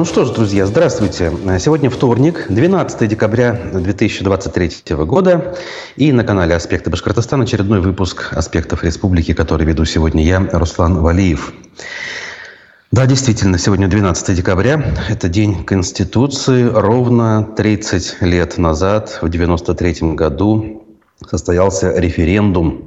Ну что ж, друзья, здравствуйте. Сегодня вторник, 12 декабря 2023 года. И на канале «Аспекты Башкортостана» очередной выпуск «Аспектов Республики», который веду сегодня я, Руслан Валиев. Да, действительно, сегодня 12 декабря. Это День Конституции. Ровно 30 лет назад, в 1993 году, состоялся референдум,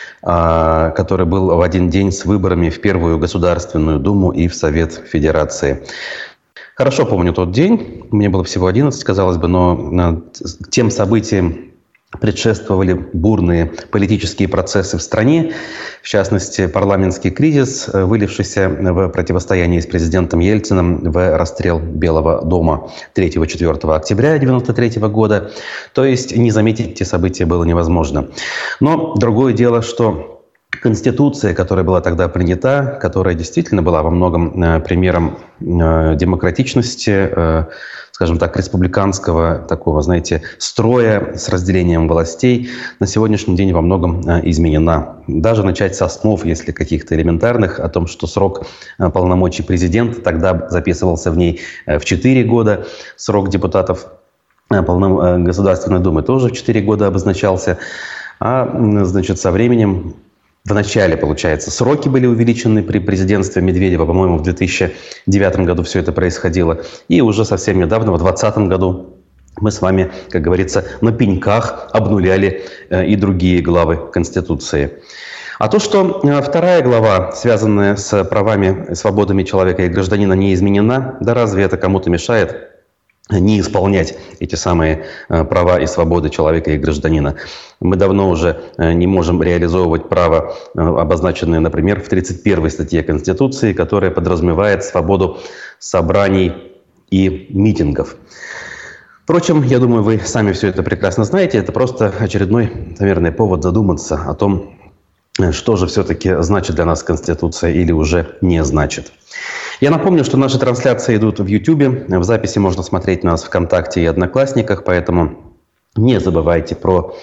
который был в один день с выборами в Первую Государственную Думу и в Совет Федерации. Хорошо помню тот день, мне было всего 11, казалось бы, но тем событиям предшествовали бурные политические процессы в стране, в частности, парламентский кризис, вылившийся в противостоянии с президентом Ельциным в расстрел Белого дома 3-4 октября 1993 года. То есть не заметить эти события было невозможно. Но другое дело, что Конституция, которая была тогда принята, которая действительно была во многом примером демократичности, скажем так, республиканского такого, знаете, строя с разделением властей, на сегодняшний день во многом изменена. Даже начать с основ, если каких-то элементарных, о том, что срок полномочий президента тогда записывался в ней в 4 года, срок депутатов Государственной Думы тоже в 4 года обозначался, значит, со временем в начале, получается, сроки были увеличены при президентстве Медведева. По-моему, в 2009 году все это происходило. И уже совсем недавно, в 2020 году, мы с вами, как говорится, на пеньках обнуляли и другие главы Конституции. А то, что вторая глава, связанная с правами и свободами человека и гражданина, не изменена, да разве это кому-то мешает не исполнять эти самые права и свободы человека и гражданина? Мы давно уже не можем реализовывать право, обозначенное, например, в 31 статье Конституции, которая подразумевает свободу собраний и митингов. Впрочем, я думаю, вы сами все это прекрасно знаете. Это просто очередной, наверное, повод задуматься о том, что же все-таки значит для нас Конституция или уже не значит. Я напомню, что наши трансляции идут в YouTube. В записи можно смотреть нас в ВКонтакте и Одноклассниках, поэтому не забывайте про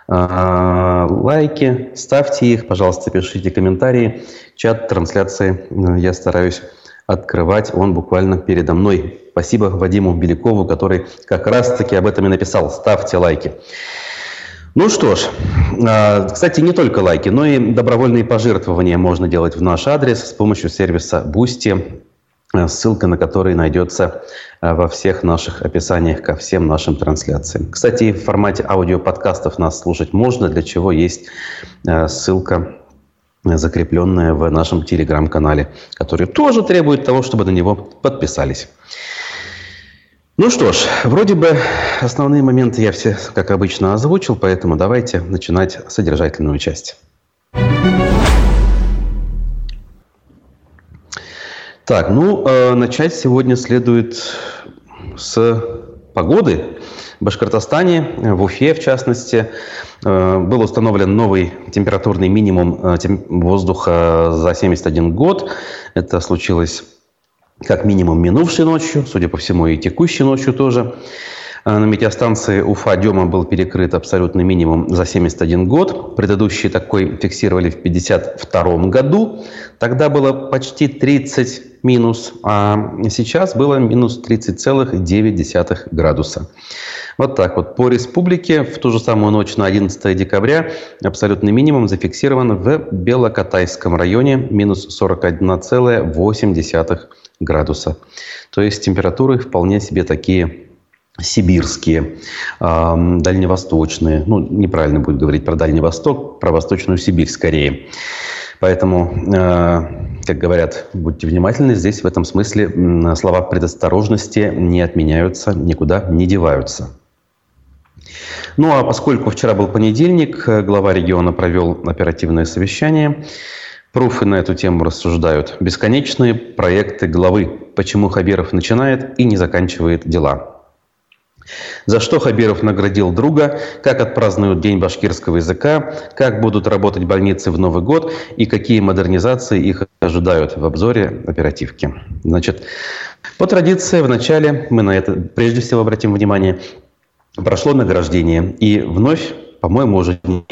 лайки, ставьте их, пожалуйста, пишите комментарии. Чат трансляции я стараюсь открывать, он буквально передо мной. Спасибо Вадиму Белякову, который как раз-таки об этом и написал. Ставьте лайки. Ну что ж, кстати, не только лайки, но и добровольные пожертвования можно делать в наш адрес с помощью сервиса Boosty, ссылка на который найдется во всех наших описаниях ко всем нашим трансляциям. Кстати, в формате аудиоподкастов нас слушать можно, для чего есть ссылка, закрепленная в нашем телеграм-канале, который тоже требует того, чтобы на него подписались. Ну что ж, вроде бы основные моменты я все, как обычно, озвучил, поэтому давайте начинать содержательную часть. Так, начать сегодня следует с погоды. В Башкортостане, в Уфе в частности, был установлен новый температурный минимум воздуха за 71 год. Это случилось как минимум минувшей ночью, судя по всему, и текущей ночью тоже. На метеостанции Уфа-Дема был перекрыт абсолютный минимум за 71 год. Предыдущий такой фиксировали в 1952 году. Тогда было почти 30 минус, а сейчас было минус 30,9 градуса. Вот так вот. По республике в ту же самую ночь на 11 декабря абсолютный минимум зафиксирован в Белокатайском районе минус 41,8 градуса. То есть температуры вполне себе такие сибирские, дальневосточные. Неправильно будет говорить про Дальний Восток, про Восточную Сибирь скорее. Поэтому, как говорят, будьте внимательны, здесь в этом смысле слова предосторожности не отменяются, никуда не деваются. А поскольку вчера был понедельник, глава региона провел оперативное совещание. Пруфы на эту тему рассуждают. Бесконечные проекты главы. Почему Хабиров начинает и не заканчивает дела. За что Хабиров наградил друга, как отпразднуют День башкирского языка, как будут работать больницы в Новый год и какие модернизации их ожидают в обзоре оперативки. Значит, по традиции в начале мы на это прежде всего обратим внимание. Прошло награждение, и вновь, по-моему, уже не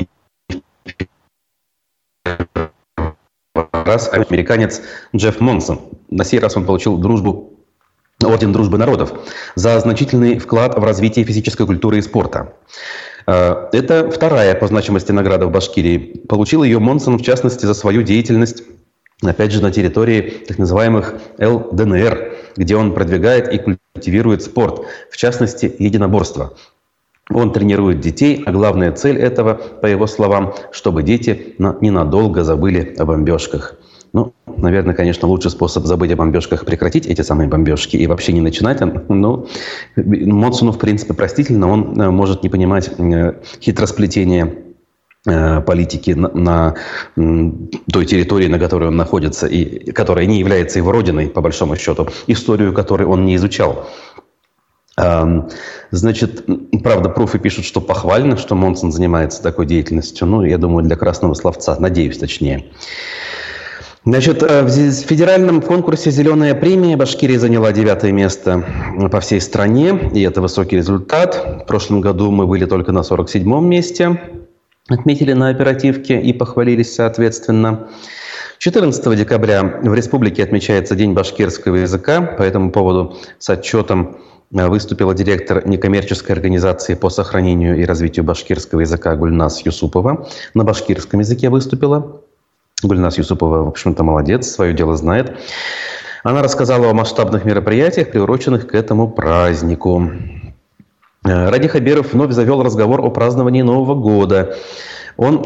раз американец Джефф Монсон. На сей раз он получил дружбу Орден Дружбы Народов за значительный вклад в развитие физической культуры и спорта. Это вторая по значимости награда в Башкирии. Получил ее Монсон, в частности, за свою деятельность, опять же, на территории так называемых ЛДНР, где он продвигает и культивирует спорт, в частности, единоборство. Он тренирует детей, а главная цель этого, по его словам, чтобы дети ненадолго забыли о бомбежках. Ну, наверное, конечно, лучший способ забыть о бомбежках — прекратить эти самые бомбежки и вообще не начинать. Ну, Монсону, в принципе, простительно, он может не понимать хитросплетения политики на той территории, на которой он находится, и которая не является его родиной, по большому счету, историю которой он не изучал. Значит, правда, пруфы пишут, что похвально, что Монсон занимается такой деятельностью. Ну, я думаю, для красного словца, надеюсь, точнее. Значит, в федеральном конкурсе «Зеленая премия» Башкирия заняла 9-е место по всей стране, и это высокий результат. В прошлом году мы были только на 47-м месте, отметили на оперативке и похвалились соответственно. 14 декабря в республике отмечается День башкирского языка. По этому поводу с отчетом выступила директор некоммерческой организации по сохранению и развитию башкирского языка Гульнас Юсупова. На башкирском языке выступила. Гульнас Юсупова, в общем-то, молодец, свое дело знает. Она рассказала о масштабных мероприятиях, приуроченных к этому празднику. Ради Хабиров вновь завел разговор о праздновании Нового года. Он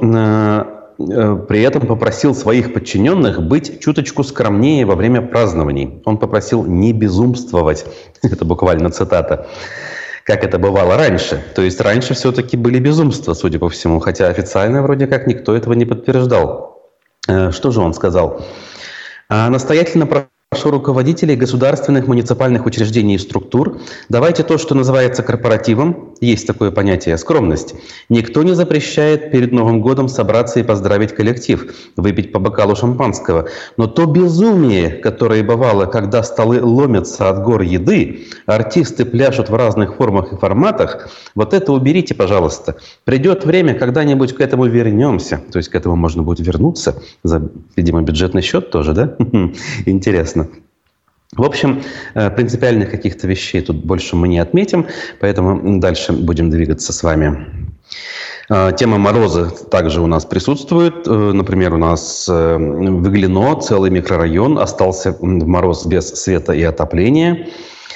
при этом попросил своих подчиненных быть чуточку скромнее во время празднований. Он попросил не безумствовать. Это буквально цитата. Как это бывало раньше. То есть раньше все-таки были безумства, судя по всему. Хотя официально вроде как никто этого не подтверждал. Что же он сказал? Настоятельно прошу руководителей государственных муниципальных учреждений и структур, давайте то, что называется корпоративом, есть такое понятие скромность. Никто не запрещает перед Новым годом собраться и поздравить коллектив, выпить по бокалу шампанского. Но то безумие, которое бывало, когда столы ломятся от гор еды, артисты пляшут в разных формах и форматах, вот это уберите, пожалуйста. Придет время, когда-нибудь к этому вернемся. То есть к этому можно будет вернуться за, видимо, бюджетный счет тоже, да? Интересно. В общем, принципиальных каких-то вещей тут больше мы не отметим, поэтому дальше будем двигаться с вами. Тема мороза также у нас присутствует. Например, у нас в Иглино целый микрорайон остался в мороз без света и отопления.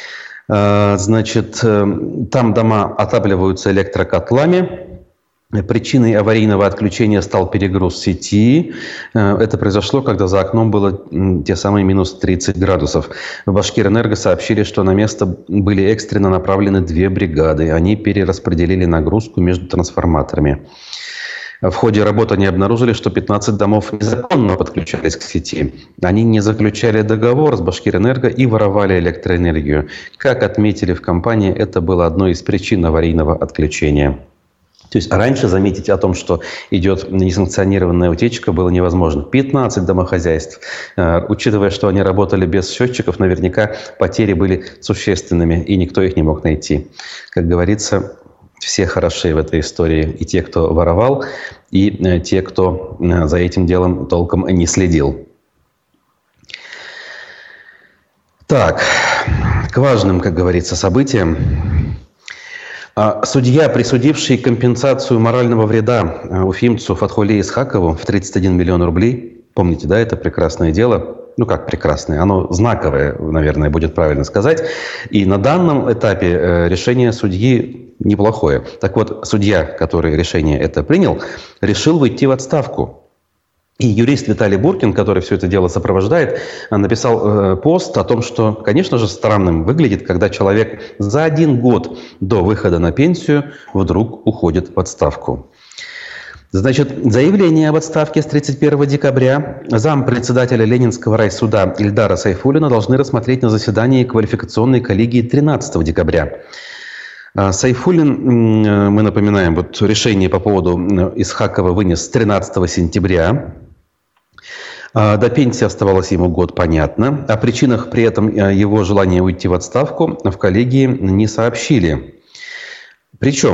Значит, там дома отапливаются электрокотлами. Причиной аварийного отключения стал перегруз сети. Это произошло, когда за окном было те самые минус 30 градусов. В Башкирэнерго сообщили, что на место были экстренно направлены 2 бригады. Они перераспределили нагрузку между трансформаторами. В ходе работы они обнаружили, что 15 домов незаконно подключались к сети. Они не заключали договор с Башкирэнерго и воровали электроэнергию. Как отметили в компании, это было одной из причин аварийного отключения. То есть раньше заметить о том, что идет несанкционированная утечка, было невозможно. 15 домохозяйств. Учитывая, что они работали без счетчиков, наверняка потери были существенными, и никто их не мог найти. Как говорится, все хороши в этой истории. И те, кто воровал, и те, кто за этим делом толком не следил. Так, к важным, как говорится, событиям. Судья, присудивший компенсацию морального вреда уфимцу Фатхуле Исхакову в 31 миллион рублей, помните, да, это прекрасное дело, ну как прекрасное, оно знаковое, наверное, будет правильно сказать, и на данном этапе решение судьи неплохое. Так вот, судья, который решение это принял, решил уйти в отставку. И юрист Виталий Буркин, который все это дело сопровождает, написал пост о том, что, конечно же, странным выглядит, когда человек за 1 год до выхода на пенсию вдруг уходит в отставку. Значит, заявление об отставке с 31 декабря зампредседателя Ленинского райсуда Ильдара Сайфуллина должны рассмотреть на заседании квалификационной коллегии 13 декабря. Сайфуллин, мы напоминаем, вот решение по поводу Исхакова вынес 13 сентября. До пенсии оставалось ему год, понятно. О причинах при этом его желания уйти в отставку в коллегии не сообщили. Причем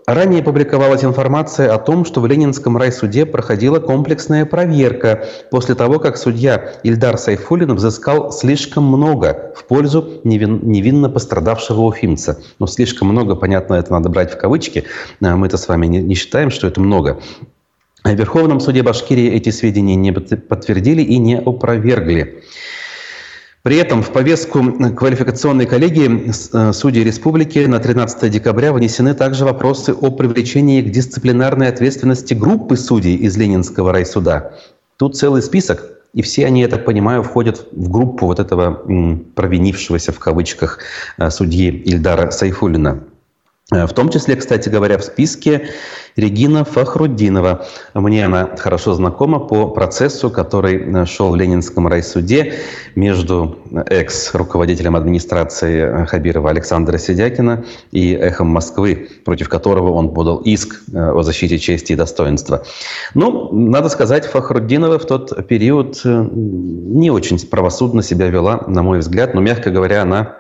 Ранее публиковалась информация о том, что в Ленинском райсуде проходила комплексная проверка после того, как судья Ильдар Сайфуллин взыскал слишком много в пользу невинно пострадавшего уфимца. Но слишком много, понятно, это надо брать в кавычки. Мы-то с вами не считаем, что это много. В Верховном суде Башкирии эти сведения не подтвердили и не опровергли. При этом в повестку квалификационной коллегии судей республики на 13 декабря внесены также вопросы о привлечении к дисциплинарной ответственности группы судей из Ленинского райсуда. Тут целый список, и все они, я так понимаю, входят в группу вот этого провинившегося в кавычках судьи Ильдара Сайфуллина. В том числе, кстати говоря, в списке Регина Фахруддинова. Мне она хорошо знакома по процессу, который шел в Ленинском райсуде между экс-руководителем администрации Хабирова Александра Сидякина и «Эхом Москвы», против которого он подал иск о защите чести и достоинства. Ну, надо сказать, Фахруддинова в тот период не очень правосудно себя вела, на мой взгляд, но, мягко говоря, она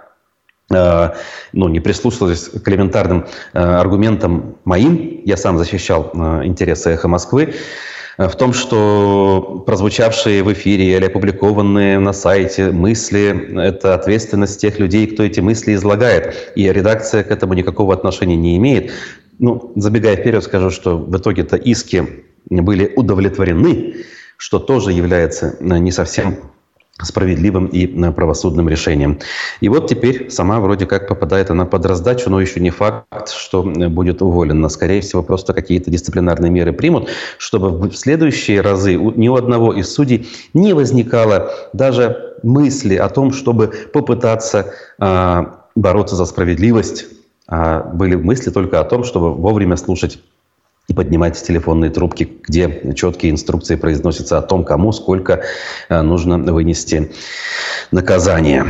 не прислушивалась к элементарным аргументам моим. Я сам защищал интересы «Эхо Москвы» в том, что прозвучавшие в эфире или опубликованные на сайте мысли – это ответственность тех людей, кто эти мысли излагает. И редакция к этому никакого отношения не имеет. Забегая вперед, скажу, что в итоге-то иски были удовлетворены, что тоже является не совсем справедливым и правосудным решением. И вот теперь сама вроде как попадает она под раздачу, но еще не факт, что будет уволена. Скорее всего, просто какие-то дисциплинарные меры примут, чтобы в следующие разы ни у одного из судей не возникало даже мысли о том, чтобы попытаться бороться за справедливость. Были мысли только о том, чтобы вовремя слушать и поднимать телефонные трубки, где четкие инструкции произносятся о том, кому сколько нужно вынести наказание.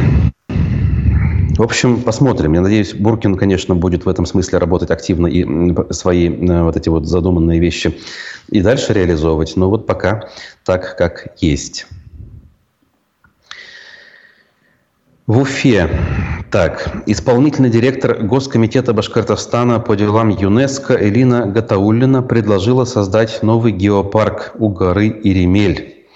В общем, посмотрим. Я надеюсь, Буркин, конечно, будет в этом смысле работать активно и свои вот эти вот задуманные вещи и дальше реализовывать. Но вот пока так, как есть. В Уфе. Исполнительный директор Госкомитета Башкортостана по делам ЮНЕСКО Элина Гатауллина предложила создать новый геопарк у горы Иремель.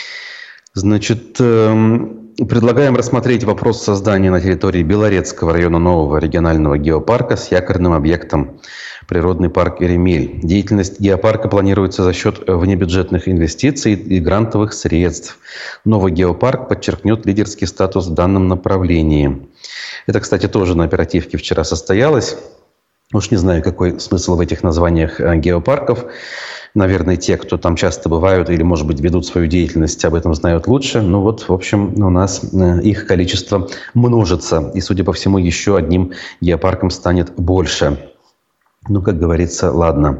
Предлагаем рассмотреть вопрос создания на территории Белорецкого района нового регионального геопарка с якорным объектом природный парк Иремель. Деятельность геопарка планируется за счет внебюджетных инвестиций и грантовых средств. Новый геопарк подчеркнет лидерский статус в данном направлении. Это, кстати, тоже на оперативке вчера состоялось. Уж не знаю, какой смысл в этих названиях геопарков. Наверное, те, кто там часто бывают или, может быть, ведут свою деятельность, об этом знают лучше. Ну вот, в общем, у нас их количество множится. И, судя по всему, еще одним геопарком станет больше. Как говорится, ладно.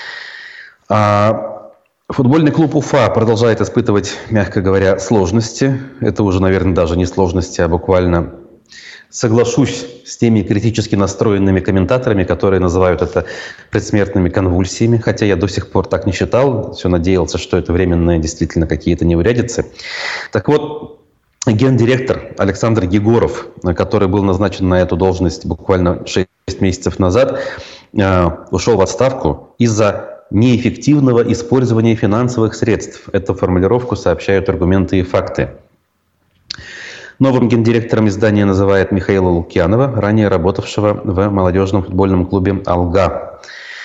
Футбольный клуб Уфа продолжает испытывать, мягко говоря, сложности. Это уже, наверное, даже не сложности, а буквально... Соглашусь с теми критически настроенными комментаторами, которые называют это предсмертными конвульсиями, хотя я до сих пор так не считал, все надеялся, что это временные действительно какие-то неурядицы. Так вот, гендиректор Александр Егоров, который был назначен на эту должность буквально 6 месяцев назад, ушел в отставку из-за неэффективного использования финансовых средств. Эту формулировку сообщают аргументы и факты. Новым гендиректором издания называют Михаила Лукьянова, ранее работавшего в молодежном футбольном клубе «Алга».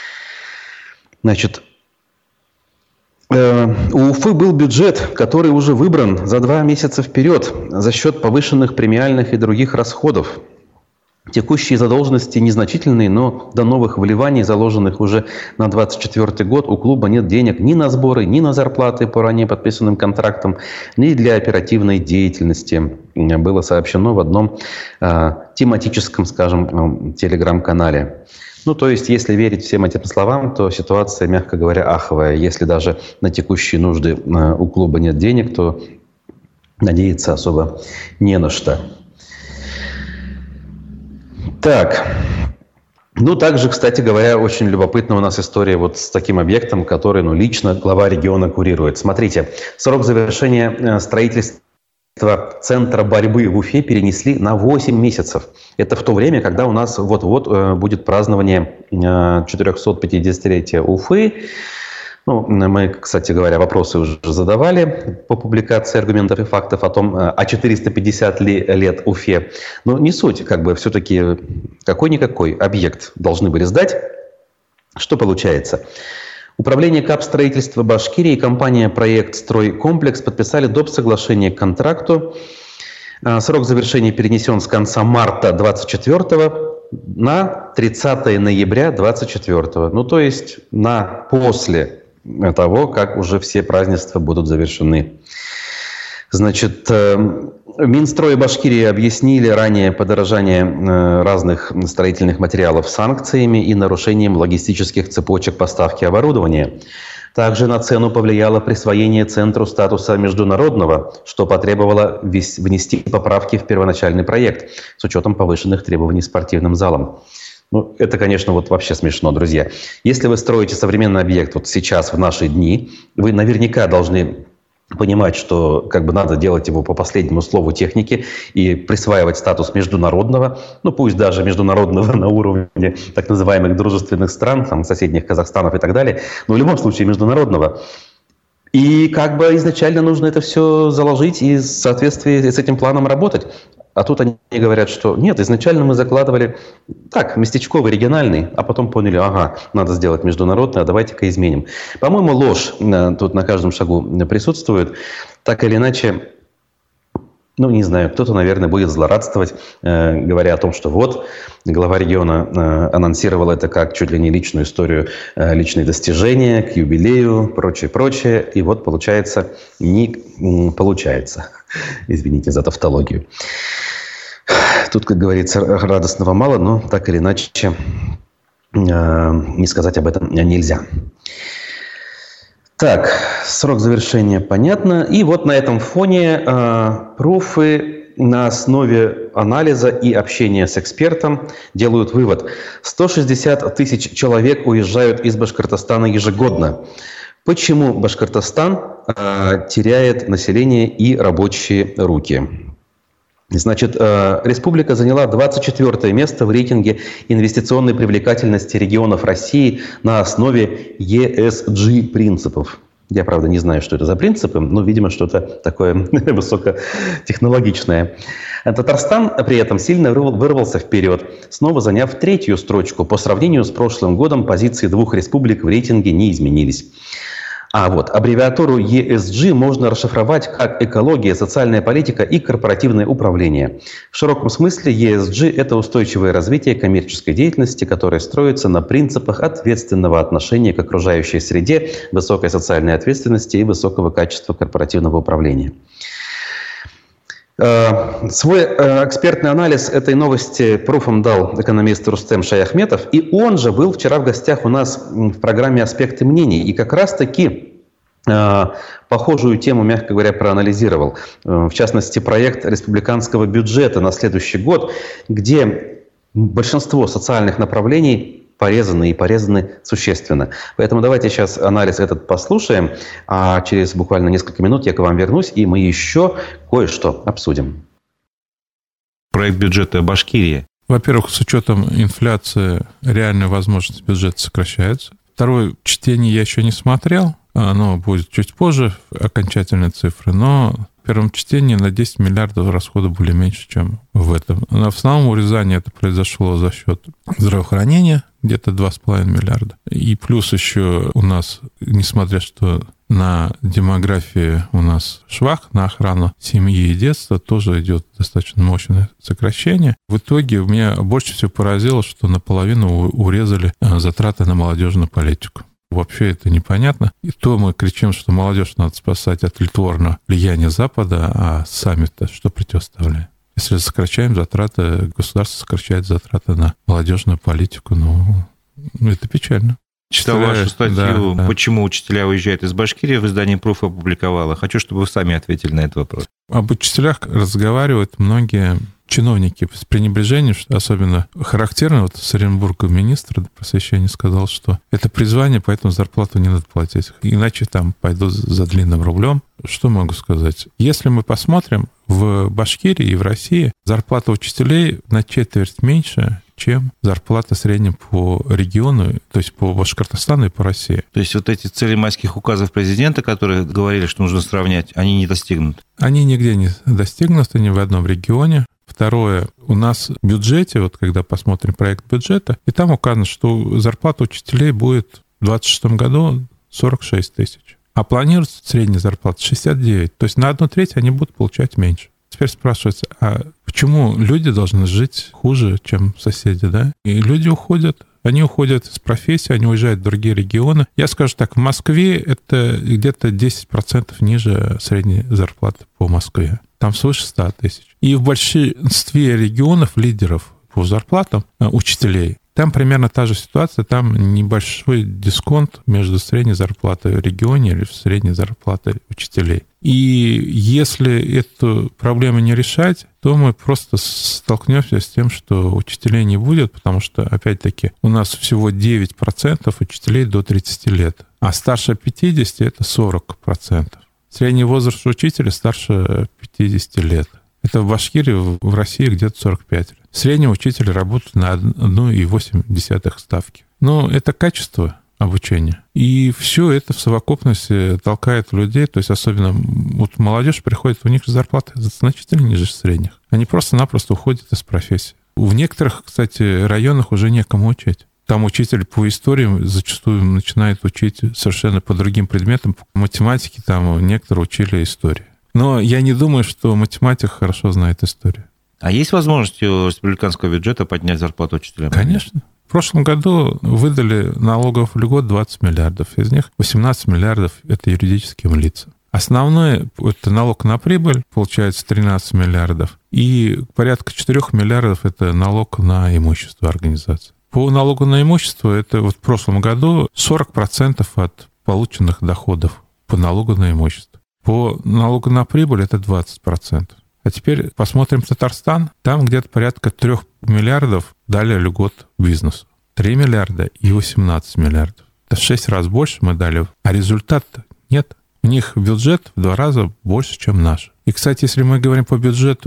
У Уфы был бюджет, который уже выбран за 2 месяца вперед за счет повышенных премиальных и других расходов. Текущие задолженности незначительные, но до новых вливаний, заложенных уже на 2024 год, у клуба нет денег ни на сборы, ни на зарплаты по ранее подписанным контрактам, ни для оперативной деятельности. Было сообщено в одном тематическом, скажем, телеграм-канале. То есть, если верить всем этим словам, то ситуация, мягко говоря, аховая. Если даже на текущие нужды у клуба нет денег, то надеяться особо не на что. Также, кстати говоря, очень любопытна у нас история вот с таким объектом, который, лично глава региона курирует. Смотрите, срок завершения строительства Центра борьбы в Уфе перенесли на 8 месяцев. Это в то время, когда у нас вот-вот будет празднование 450-летия Уфы. Ну, мы, кстати говоря, вопросы уже задавали по публикации аргументов и фактов о 450 лет Уфе. Но не суть, все-таки какой-никакой объект должны были сдать. Что получается? Управление капстроительства Башкирии и компания «Проект Стройкомплекс» подписали доп. Соглашение к контракту. Срок завершения перенесен с конца марта 24 на 30 ноября 24. Ну, то есть после того, как уже все празднества будут завершены. Значит, Минстрой Башкирии объяснили ранее подорожание разных строительных материалов санкциями и нарушением логистических цепочек поставки оборудования. Также на цену повлияло присвоение центру статуса международного, что потребовало внести поправки в первоначальный проект с учетом повышенных требований спортивным залам. Ну, это, конечно, вообще смешно, друзья. Если вы строите современный объект сейчас, в наши дни, вы наверняка должны понимать, что надо делать его по последнему слову техники и присваивать статус международного, пусть даже международного на уровне так называемых дружественных стран, соседних Казахстанов и так далее, но в любом случае международного. И изначально нужно это все заложить и в соответствии с этим планом работать. А тут они говорят, что нет, изначально мы закладывали местечковый, региональный, а потом поняли, надо сделать международный, а давайте-ка изменим. По-моему, ложь тут на каждом шагу присутствует. Так или иначе, не знаю, кто-то, наверное, будет злорадствовать, говоря о том, что глава региона анонсировал это как чуть ли не личную историю, личные достижения, к юбилею, прочее. И получается, не получается. Извините за тавтологию. Тут, как говорится, радостного мало, но так или иначе не сказать об этом нельзя. Так, срок завершения понятно. И на этом фоне пруфы на основе анализа и общения с экспертом делают вывод. 160 тысяч человек уезжают из Башкортостана ежегодно. Почему Башкортостан теряет население и рабочие руки? Значит, республика заняла 24 место в рейтинге инвестиционной привлекательности регионов России на основе ESG принципов. Я, правда, не знаю, что это за принципы, но, видимо, что-то такое высокотехнологичное. Татарстан при этом сильно вырвался вперед, снова заняв 3-ю строчку. По сравнению с прошлым годом позиции двух республик в рейтинге не изменились. Аббревиатуру ESG можно расшифровать как экология, социальная политика и корпоративное управление. В широком смысле ESG – это устойчивое развитие коммерческой деятельности, которое строится на принципах ответственного отношения к окружающей среде, высокой социальной ответственности и высокого качества корпоративного управления. Свой экспертный анализ этой новости пруфом дал экономист Рустем Шаяхметов, и он же был вчера в гостях у нас в программе «Аспекты мнений», и как раз-таки похожую тему, мягко говоря, проанализировал. В частности, проект республиканского бюджета на следующий год, где большинство социальных направлений порезаны существенно. Поэтому давайте сейчас анализ этот послушаем, а через буквально несколько минут я к вам вернусь, и мы еще кое-что обсудим. Проект бюджета Башкирии. Во-первых, с учетом инфляции реальная возможность бюджета сокращается. Второе чтение я еще не смотрел, оно будет чуть позже, окончательные цифры, но в первом чтении на 10 миллиардов расходы были меньше, чем в этом. Но в основном урезание это произошло за счет здравоохранения, где-то 2,5 миллиарда. И плюс еще у нас, несмотря что на демографии у нас швах, на охрану семьи и детства тоже идет достаточно мощное сокращение. В итоге меня больше всего поразило, что наполовину урезали затраты на молодежную политику. Вообще это непонятно. И то мы кричим, что молодежь надо спасать от тлетворного влияния Запада, а сами-то что противоставляем? Если сокращаем затраты, государство сокращает затраты на молодежную политику, это печально. Читал вашу статью, почему учителя уезжают из Башкирии, в издании «Пруф» опубликовала. Хочу, чтобы вы сами ответили на этот вопрос. Об учителях разговаривают многие чиновники с пренебрежением, что особенно характерно, вот с Оренбурга министр просвещения сказал, что это призвание, поэтому зарплату не надо платить. Иначе там пойду за длинным рублем. Что могу сказать? Если мы посмотрим, в Башкирии и в России зарплата учителей на четверть меньше, чем зарплата средняя по региону, то есть по Башкортостану и по России. То есть вот эти цели майских указов президента, которые говорили, что нужно сравнять, они не достигнуты? Они нигде не достигнуты, ни в одном регионе. Второе, у нас в бюджете, вот когда посмотрим проект бюджета, и там указано, что зарплата учителей будет в 2026 году 46 тысяч. А планируется средняя зарплата 69. То есть на 1/3 они будут получать меньше. Теперь спрашивается, а почему люди должны жить хуже, чем соседи, да? И люди уходят. Они уходят из профессии, они уезжают в другие регионы. Я скажу так, в Москве это где-то 10% ниже средней зарплаты по Москве. Там свыше 100 тысяч. И в большинстве регионов, лидеров по зарплатам учителей, там примерно та же ситуация, там небольшой дисконт между средней зарплатой в регионе или средней зарплатой учителей. И если эту проблему не решать, то мы просто столкнемся с тем, что учителей не будет, потому что, опять-таки, у нас всего 9% учителей до 30 лет, а старше 50 – это 40%. Средний возраст учителя старше 50 лет. Это в Башкирии, в России где-то 45 лет. Средний учитель работает на 1,8 ставки. Но это качество обучения. И все это в совокупности толкает людей, то есть особенно вот молодежь приходит, у них зарплаты значительно ниже средних. Они просто-напросто уходят из профессии. В некоторых, кстати, районах уже некому учить. Там учитель по истории зачастую начинает учить совершенно по другим предметам. По математике там некоторые учили историю. Но я не думаю, что математик хорошо знает историю. А есть возможность у республиканского бюджета поднять зарплату учителям? Конечно. В прошлом году выдали налогов льгот 20 миллиардов. Из них 18 миллиардов – это юридическим лицам. Основной – это налог на прибыль, получается 13 миллиардов. И порядка 4 миллиардов – это налог на имущество организации. По налогу на имущество это вот в прошлом году 40% от полученных доходов по налогу на имущество. По налогу на прибыль это 20%. А теперь посмотрим Татарстан. Там где-то порядка 3 миллиардов дали льгот бизнесу. 3 миллиарда и 18 миллиардов. Это в 6 раз больше мы дали, а результата нет. У них бюджет в 2 раза больше, чем наш. И, кстати, если мы говорим по бюджету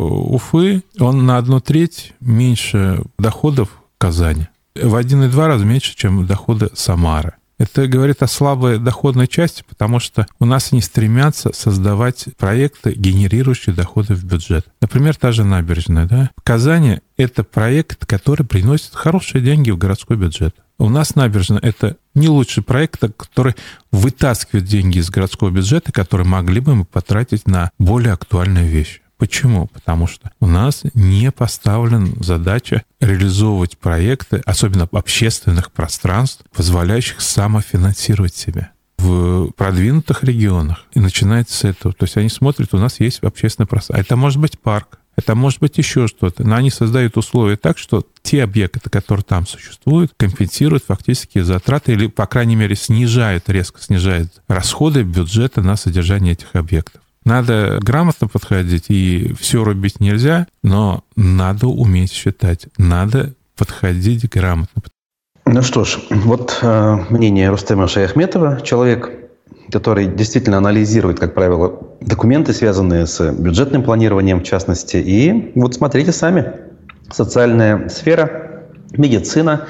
Уфы, он на 1/3 меньше доходов Казани. В 1,2 раза меньше, чем доходы Самары. Это говорит о слабой доходной части, потому что у нас не стремятся создавать проекты, генерирующие доходы в бюджет. Например, та же набережная. Да? В Казани это проект, который приносит хорошие деньги в городской бюджет. У нас набережная – это не лучший проект, который вытаскивает деньги из городского бюджета, которые могли бы мы потратить на более актуальные вещи. Почему? Потому что у нас не поставлена задача реализовывать проекты, особенно общественных пространств, позволяющих самофинансировать себя в продвинутых регионах. И начинается с этого. То есть они смотрят, у нас есть общественное пространство. Это может быть парк, это может быть еще что-то. Но они создают условия так, что те объекты, которые там существуют, компенсируют фактически затраты или, по крайней мере, резко снижают расходы бюджета на содержание этих объектов. Надо грамотно подходить, и все рубить нельзя, но надо уметь считать, надо подходить грамотно. Ну что ж, вот мнение Рустема Шаяхметова, человек, который действительно анализирует, как правило, документы, связанные с бюджетным планированием, в частности. И вот смотрите сами, социальная сфера, медицина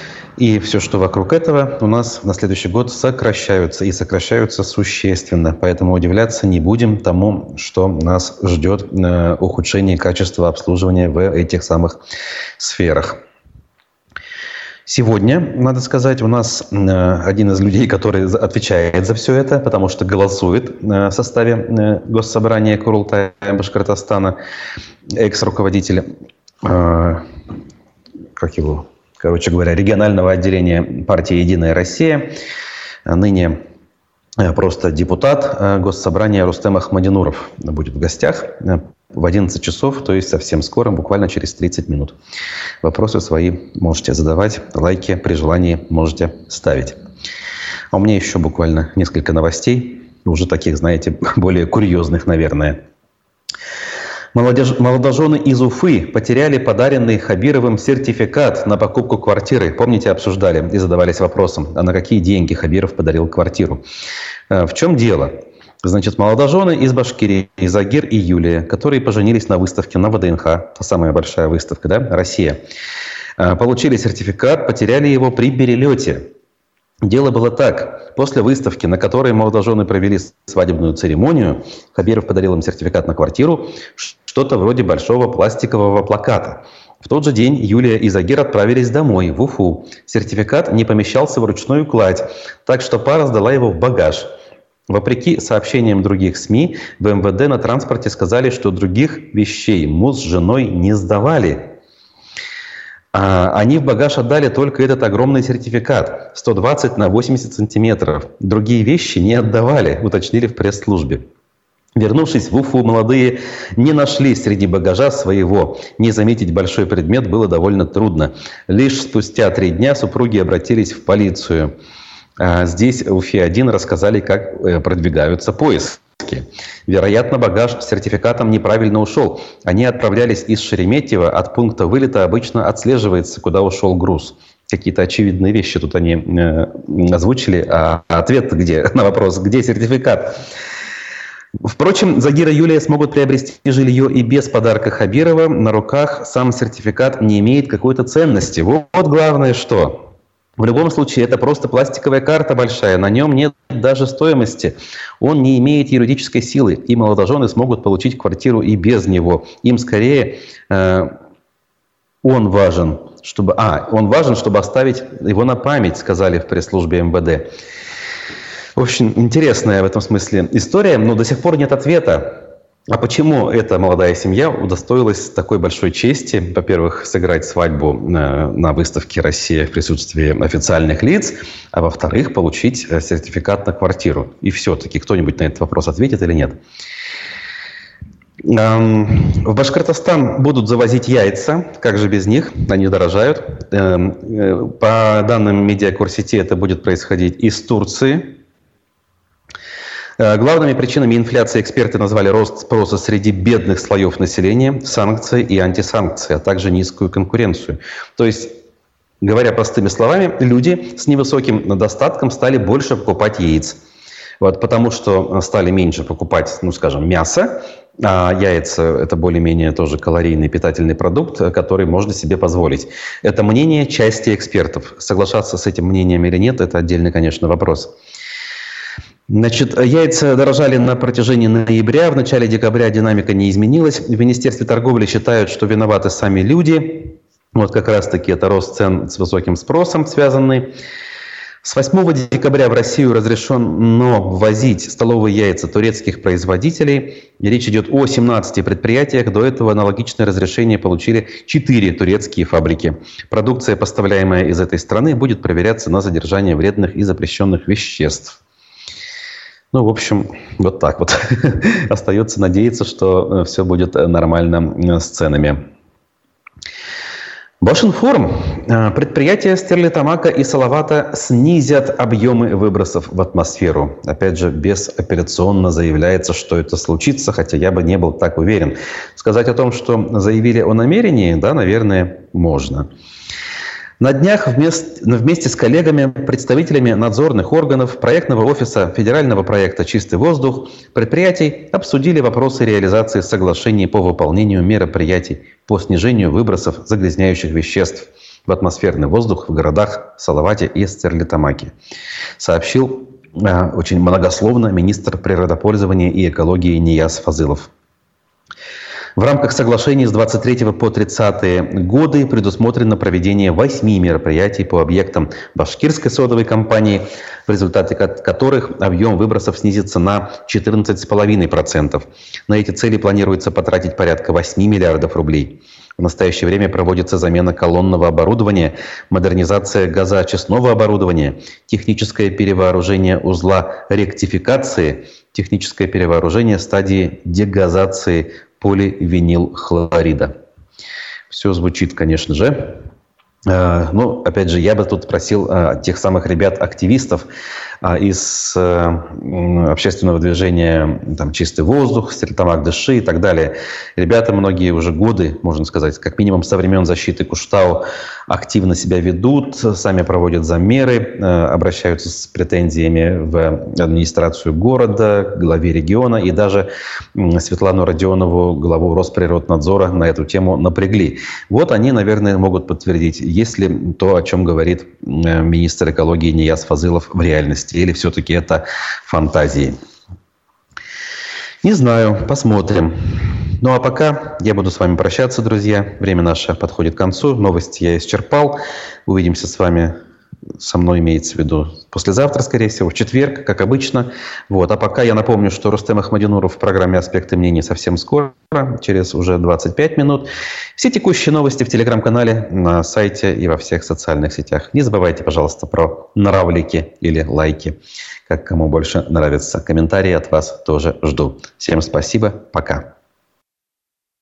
и все, что вокруг этого, у нас на следующий год сокращаются, и сокращаются существенно. Поэтому удивляться не будем тому, что нас ждет ухудшение качества обслуживания в этих самых сферах. Сегодня, надо сказать, у нас один из людей, который отвечает за все это, потому что голосует в составе Госсобрания Курултая Башкортостана, экс-руководитель, регионального отделения партии «Единая Россия», ныне просто депутат Госсобрания Рустем Ахмадинуров будет в гостях в 11 часов, то есть совсем скоро, буквально через 30 минут. Вопросы свои можете задавать, лайки при желании можете ставить. А у меня еще буквально несколько новостей, уже таких, знаете, более курьезных, наверное. Молодожены из Уфы потеряли подаренный Хабировым сертификат на покупку квартиры. Помните, обсуждали и задавались вопросом, а на какие деньги Хабиров подарил квартиру? В чем дело? Значит, молодожены из Башкирии, Загир и Юлия, которые поженились на выставке на ВДНХ, та самая большая выставка, да, Россия, получили сертификат, потеряли его при перелете. Дело было так. После выставки, на которой молодожены провели свадебную церемонию, Хабиров подарил им сертификат на квартиру, что-то вроде большого пластикового плаката. В тот же день Юлия и Загир отправились домой, в Уфу. Сертификат не помещался в ручную кладь, так что пара сдала его в багаж. Вопреки сообщениям других СМИ, в МВД на транспорте сказали, что других вещей муж с женой не сдавали. Они в багаж отдали только этот огромный сертификат, 120 на 80 сантиметров. Другие вещи не отдавали, уточнили в пресс-службе. Вернувшись в Уфу, молодые не нашли среди багажа своего. Не заметить большой предмет было довольно трудно. Лишь спустя 3 дня супруги обратились в полицию. Здесь, в Уфе-1, рассказали, как продвигаются поиски. Вероятно, багаж с сертификатом неправильно ушел. Они отправлялись из Шереметьево. От пункта вылета обычно отслеживается, куда ушел груз. Какие-то очевидные вещи тут они озвучили. А ответ где? На вопрос, где сертификат? Впрочем, Загир и Юлия смогут приобрести жилье и без подарка Хабирова. На руках сам сертификат не имеет какой-то ценности. Вот главное что. В любом случае, это просто пластиковая карта большая, на нем нет даже стоимости. Он не имеет юридической силы, и молодожены смогут получить квартиру и без него. Им скорее он важен, чтобы оставить его на память, сказали в пресс-службе МВД. В общем, интересная в этом смысле история, но до сих пор нет ответа. А почему эта молодая семья удостоилась такой большой чести? Во-первых, сыграть свадьбу на выставке «Россия» в присутствии официальных лиц, а во-вторых, получить сертификат на квартиру. И все-таки кто-нибудь на этот вопрос ответит или нет? В Башкортостан будут завозить яйца. Как же без них? Они дорожают. По данным Медиакурсети, это будет происходить из Турции. Главными причинами инфляции эксперты назвали рост спроса среди бедных слоев населения, санкции и антисанкции, а также низкую конкуренцию. То есть, говоря простыми словами, люди с невысоким достатком стали больше покупать яиц. Вот, потому что стали меньше покупать, мясо, а яйца – это более-менее тоже калорийный питательный продукт, который можно себе позволить. Это мнение части экспертов. Соглашаться с этим мнением или нет – это отдельный, конечно, вопрос. Значит, яйца дорожали на протяжении ноября. В начале декабря динамика не изменилась. В Министерстве торговли считают, что виноваты сами люди. Вот как раз-таки это рост цен с высоким спросом связанный. С 8 декабря в Россию разрешено ввозить столовые яйца турецких производителей. И речь идет о 17 предприятиях. До этого аналогичное разрешение получили 4 турецкие фабрики. Продукция, поставляемая из этой страны, будет проверяться на содержание вредных и запрещенных веществ. В общем, вот так вот. Остается надеяться, что все будет нормально с ценами. Башинформ. Предприятия Стерлитамака и Салавата снизят объемы выбросов в атмосферу. Опять же, безапелляционно заявляется, что это случится, хотя я бы не был так уверен. Сказать о том, что заявили о намерении, да, наверное, можно. На днях вместе с коллегами, представителями надзорных органов, проектного офиса федерального проекта «Чистый воздух» предприятий обсудили вопросы реализации соглашений по выполнению мероприятий по снижению выбросов загрязняющих веществ в атмосферный воздух в городах Салавате и Стерлитамаке, сообщил очень многословно министр природопользования и экологии Нияз Фазылов. В рамках соглашений с 23 по 30 годы предусмотрено проведение 8 мероприятий по объектам башкирской содовой компании, в результате которых объем выбросов снизится на 14,5%. На эти цели планируется потратить порядка 8 миллиардов рублей. В настоящее время проводится замена колонного оборудования, модернизация газоочистного оборудования, техническое перевооружение узла ректификации, техническое перевооружение стадии дегазации поливинилхлорида. Все звучит, конечно же, Ну, опять же, я бы тут просил тех самых ребят-активистов из общественного движения там, «Чистый воздух», «Стерлитамак дыши» и так далее. Ребята многие уже годы, можно сказать, как минимум со времен защиты Куштау, активно себя ведут, сами проводят замеры, обращаются с претензиями в администрацию города, главе региона, и даже Светлану Родионову, главу Росприроднадзора, на эту тему напрягли. Вот они, наверное, могут подтвердить, есть ли то, о чем говорит министр экологии Нияз Фазылов в реальности, или все-таки это фантазии. Не знаю, посмотрим. Ну а пока я буду с вами прощаться, друзья. Время наше подходит к концу. Новости я исчерпал. Увидимся с вами, со мной имеется в виду, послезавтра, скорее всего, в четверг, как обычно. Вот. А пока я напомню, что Рустем Ахмадинуров в программе «Аспекты мнений» совсем скоро, через уже 25 минут. Все текущие новости в телеграм-канале, на сайте и во всех социальных сетях. Не забывайте, пожалуйста, про нравлики или лайки, как кому больше нравится. Комментарии от вас тоже жду. Всем спасибо. Пока.